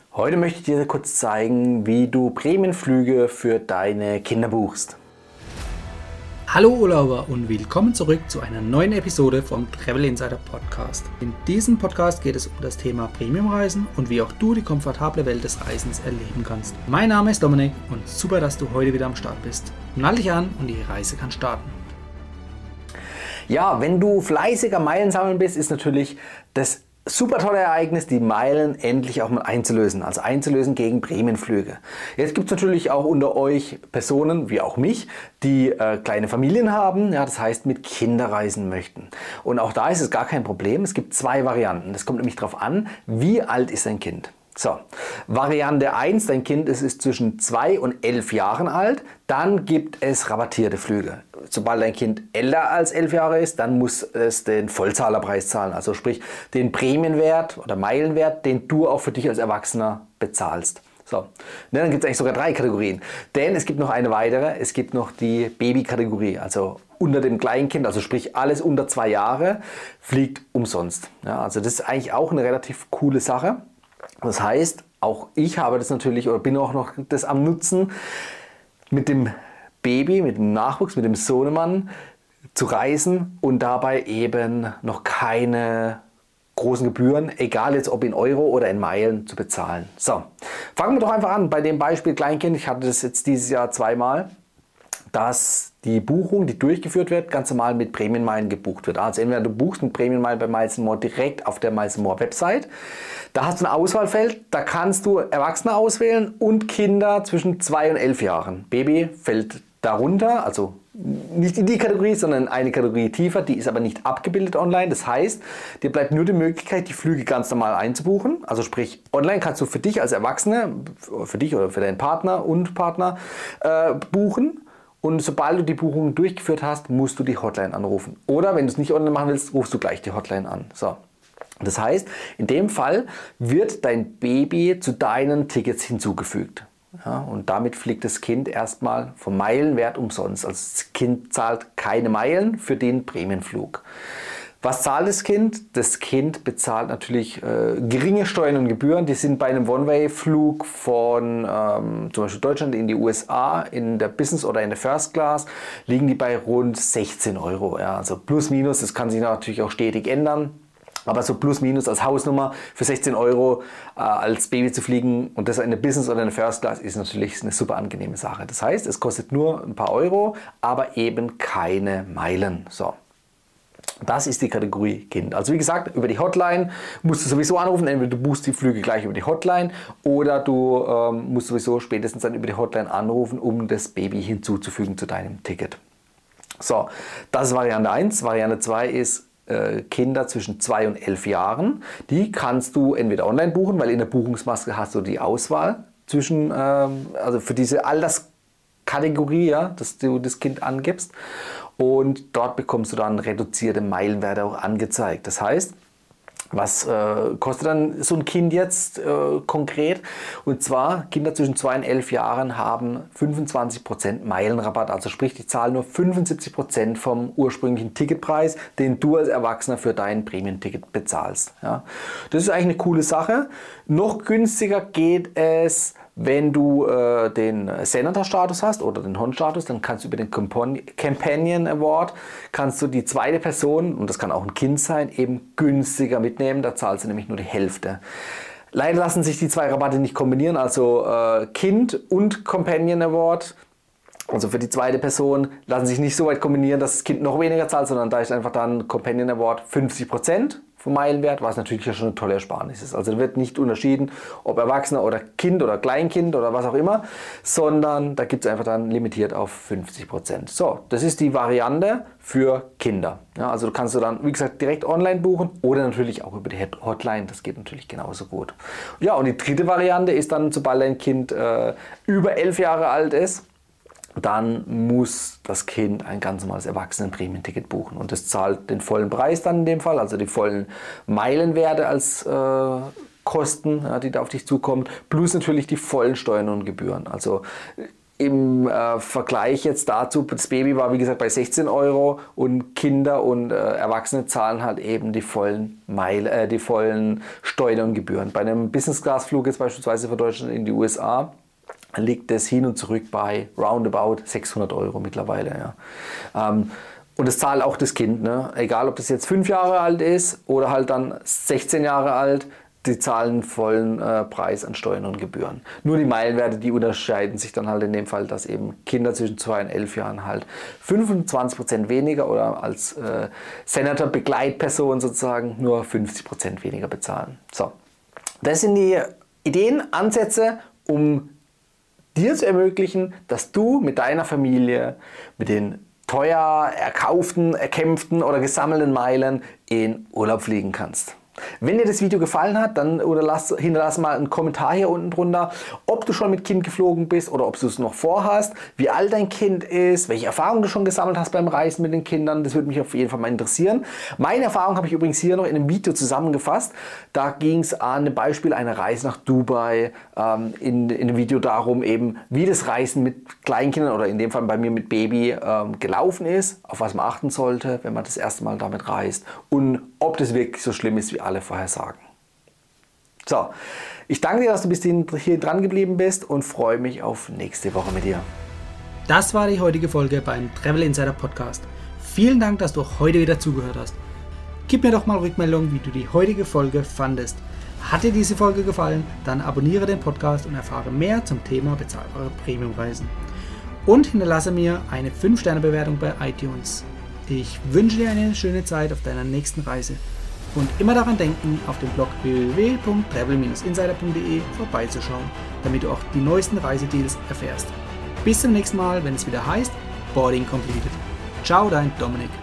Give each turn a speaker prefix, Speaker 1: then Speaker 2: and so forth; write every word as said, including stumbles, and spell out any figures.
Speaker 1: Heute möchte ich dir kurz zeigen, wie du Prämienflüge für deine Kinder buchst.
Speaker 2: Hallo Urlauber und willkommen zurück zu einer neuen Episode vom Travel Insider Podcast. In diesem Podcast geht es um das Thema Premiumreisen und wie auch du die komfortable Welt des Reisens erleben kannst. Mein Name ist Dominik und super, dass du heute wieder am Start bist. Nall dich an und die Reise kann starten.
Speaker 1: Ja, wenn du fleißiger Meilen sammeln bist, ist natürlich das super tolle Ereignis, die Meilen endlich auch mal einzulösen, also einzulösen gegen Prämienflüge. Jetzt gibt es natürlich auch unter euch Personen, wie auch mich, die äh, kleine Familien haben, ja, das heißt mit Kindern reisen möchten. Und auch da ist es gar kein Problem, es gibt zwei Varianten. Es kommt nämlich darauf an, wie alt ist dein Kind. So, Variante eins, dein Kind ist, ist zwischen zwei und elf Jahren alt, dann gibt es rabattierte Flüge. Sobald dein Kind älter als elf Jahre ist, dann muss es den Vollzahlerpreis zahlen, also sprich den Prämienwert oder Meilenwert, den du auch für dich als Erwachsener bezahlst. So, dann gibt es eigentlich sogar drei Kategorien, denn es gibt noch eine weitere, es gibt noch die Baby-Kategorie, also unter dem Kleinkind, also sprich alles unter zwei Jahre, fliegt umsonst. Ja, also das ist eigentlich auch eine relativ coole Sache. Das heißt, auch ich habe das natürlich oder bin auch noch das am Nutzen, mit dem Baby, mit dem Nachwuchs, mit dem Sohnemann zu reisen und dabei eben noch keine großen Gebühren, egal jetzt ob in Euro oder in Meilen, zu bezahlen. So, fangen wir doch einfach an bei dem Beispiel Kleinkind. Ich hatte das jetzt dieses Jahr zweimal, dass die Buchung, die durchgeführt wird, ganz normal mit Prämienmeilen gebucht wird. Also entweder du buchst mit Prämienmeilen bei Miles and More direkt auf der Miles and More Website. Da hast du ein Auswahlfeld, da kannst du Erwachsene auswählen und Kinder zwischen zwei und elf Jahren. Baby fällt darunter, also nicht in die Kategorie, sondern eine Kategorie tiefer, die ist aber nicht abgebildet online. Das heißt, dir bleibt nur die Möglichkeit, die Flüge ganz normal einzubuchen. Also sprich, online kannst du für dich als Erwachsene, für dich oder für deinen Partner und Partner äh, buchen. Und sobald du die Buchung durchgeführt hast, musst du die Hotline anrufen. Oder wenn du es nicht online machen willst, rufst du gleich die Hotline an. So. Das heißt, in dem Fall wird dein Baby zu deinen Tickets hinzugefügt. Ja, und damit fliegt das Kind erstmal vom Meilenwert umsonst. Also das Kind zahlt keine Meilen für den Prämienflug. Was zahlt das Kind? Das Kind bezahlt natürlich äh, geringe Steuern und Gebühren. Die sind bei einem One-Way-Flug von ähm, zum Beispiel Deutschland in die U S A in der Business oder in der First Class liegen die bei rund sechzehn Euro. Ja, also plus minus, das kann sich natürlich auch stetig ändern. Aber so plus minus als Hausnummer für sechzehn Euro äh, als Baby zu fliegen und das in der Business oder in der First Class ist natürlich eine super angenehme Sache. Das heißt, es kostet nur ein paar Euro, aber eben keine Meilen. So. Das ist die Kategorie Kind. Also wie gesagt, über die Hotline musst du sowieso anrufen. Entweder du buchst die Flüge gleich über die Hotline oder du ähm, musst sowieso spätestens dann über die Hotline anrufen, um das Baby hinzuzufügen zu deinem Ticket. So, das ist Variante eins. Variante zwei ist äh, Kinder zwischen zwei und elf Jahren. Die kannst du entweder online buchen, weil in der Buchungsmaske hast du die Auswahl zwischen, ähm, also für diese Alterskategorie, ja, dass du das Kind angibst. Und dort bekommst du dann reduzierte Meilenwerte auch angezeigt. Das heißt, was äh, kostet dann so ein Kind jetzt äh, konkret? Und zwar, Kinder zwischen zwei und elf Jahren haben fünfundzwanzig Prozent Meilenrabatt. Also sprich, die zahlen nur fünfundsiebzig Prozent vom ursprünglichen Ticketpreis, den du als Erwachsener für dein Prämienticket bezahlst. Ja. Das ist eigentlich eine coole Sache. Noch günstiger geht es, wenn du äh, den Senator-Status hast oder den Hon-Status, dann kannst du über den Companion Award, kannst du die zweite Person, und das kann auch ein Kind sein, eben günstiger mitnehmen. Da zahlst du nämlich nur die Hälfte. Leider lassen sich die zwei Rabatte nicht kombinieren, also äh, Kind und Companion Award. Also für die zweite Person lassen sich nicht so weit kombinieren, dass das Kind noch weniger zahlt, sondern da ist einfach dann Companion Award fünfzig Prozent vom Meilenwert, was natürlich ja schon eine tolle Ersparnis ist. Also da wird nicht unterschieden, ob Erwachsener oder Kind oder Kleinkind oder was auch immer, sondern da gibt es einfach dann limitiert auf fünfzig Prozent. So, das ist die Variante für Kinder. Ja, also du kannst du dann, wie gesagt, direkt online buchen oder natürlich auch über die Hotline. Das geht natürlich genauso gut. Ja, und die dritte Variante ist dann, sobald dein Kind äh, über elf Jahre alt ist, dann muss das Kind ein ganz normales Erwachsenen-Prämienticket buchen. Und das zahlt den vollen Preis dann in dem Fall, also die vollen Meilenwerte als äh, Kosten, ja, die da auf dich zukommen, plus natürlich die vollen Steuern und Gebühren. Also im äh, Vergleich jetzt dazu, das Baby war wie gesagt bei sechzehn Euro und Kinder und äh, Erwachsene zahlen halt eben die vollen Meile, äh, die vollen Steuern und Gebühren. Bei einem Business-Class-Flug jetzt beispielsweise von Deutschland in die U S A liegt es hin und zurück bei roundabout sechshundert Euro mittlerweile. Ja. Ähm, und das zahlt auch das Kind, ne? Egal ob das jetzt fünf Jahre alt ist oder halt dann sechzehn Jahre alt. Die zahlen vollen äh, Preis an Steuern und Gebühren. Nur die Meilenwerte, die unterscheiden sich dann halt in dem Fall, dass eben Kinder zwischen zwei und elf Jahren halt fünfundzwanzig Prozent weniger oder als äh, Senator-Begleitperson sozusagen nur fünfzig Prozent weniger bezahlen. So, das sind die Ideen, Ansätze, um dir zu ermöglichen, dass du mit deiner Familie, mit den teuer erkauften, erkämpften oder gesammelten Meilen in Urlaub fliegen kannst. Wenn dir das Video gefallen hat, dann oder lass, hinterlass mal einen Kommentar hier unten drunter, ob du schon mit Kind geflogen bist oder ob du es noch vorhast, wie alt dein Kind ist, welche Erfahrungen du schon gesammelt hast beim Reisen mit den Kindern. Das würde mich auf jeden Fall mal interessieren. Meine Erfahrung habe ich übrigens hier noch in einem Video zusammengefasst. Da ging es an dem Beispiel einer Reise nach Dubai, ähm, in, in dem Video darum eben, wie das Reisen mit Kleinkindern oder in dem Fall bei mir mit Baby ähm, gelaufen ist, auf was man achten sollte, wenn man das erste Mal damit reist und ob das wirklich so schlimm ist, wie alle vorher sagen. So, ich danke dir, dass du bis hier dran geblieben bist und freue mich auf nächste Woche mit dir.
Speaker 2: Das war die heutige Folge beim Travel Insider Podcast. Vielen Dank, dass du heute wieder zugehört hast. Gib mir doch mal Rückmeldung, wie du die heutige Folge fandest. Hat dir diese Folge gefallen, dann abonniere den Podcast und erfahre mehr zum Thema bezahlbare Premiumreisen. Und hinterlasse mir eine fünf Sterne Bewertung bei iTunes. Ich wünsche dir eine schöne Zeit auf deiner nächsten Reise. Und immer daran denken, auf dem Blog w w w punkt travel Bindestrich insider punkt d e vorbeizuschauen, damit du auch die neuesten Reisedeals erfährst. Bis zum nächsten Mal, wenn es wieder heißt Boarding Completed. Ciao, dein Dominik.